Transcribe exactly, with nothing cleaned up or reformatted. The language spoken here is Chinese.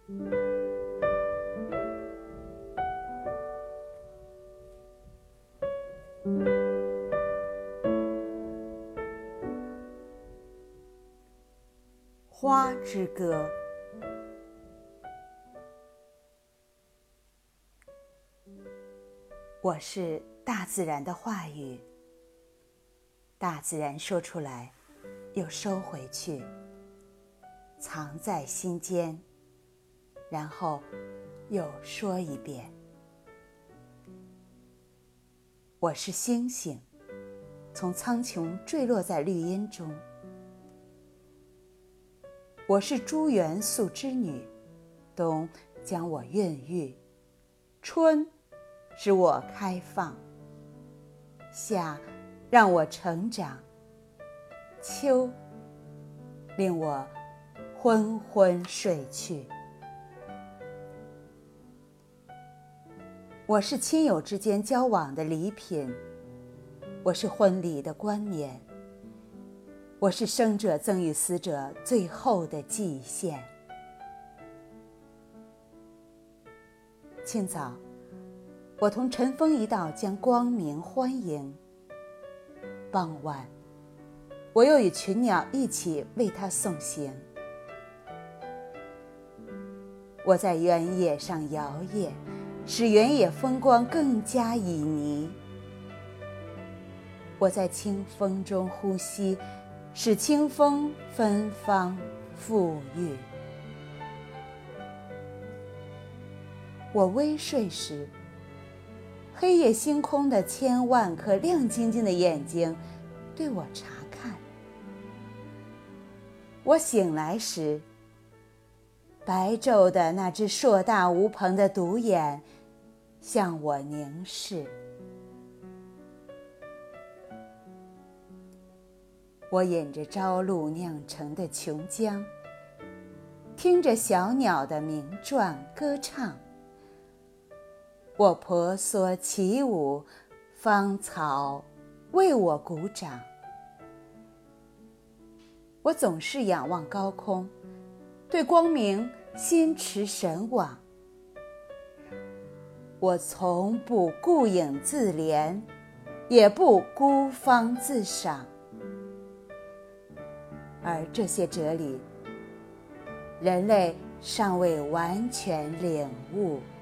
花之歌。我是大自然的话语，大自然说出来，又收回去，藏在心间，然后又说一遍。我是星星，从苍穹坠落在绿荫中。我是诸元素之女，冬将我孕育，春使我开放，夏让我成长，秋令我昏昏睡去。我是亲友之间交往的礼品，我是婚礼的冠冕，我是生者赠予死者最后的祭献。清早，我同晨风一道将光明欢迎；傍晚，我又与群鸟一起为它送行。我在原野上摇曳，使原野风光更加旖旎；我在清风中呼吸，使清风芬芳馥郁。我微睡时，黑夜星空的千万颗亮晶晶的眼睛对我查看。我醒来时，白昼的那只硕大无朋的独眼向我凝视。我饮着朝露酿成的琼浆，听着小鸟的鸣啭歌唱。我婆娑起舞，芳草为我鼓掌。我总是仰望高空，对光明心驰神往。我从不顾影自怜，也不孤芳自赏。而这些哲理，人类尚未完全领悟。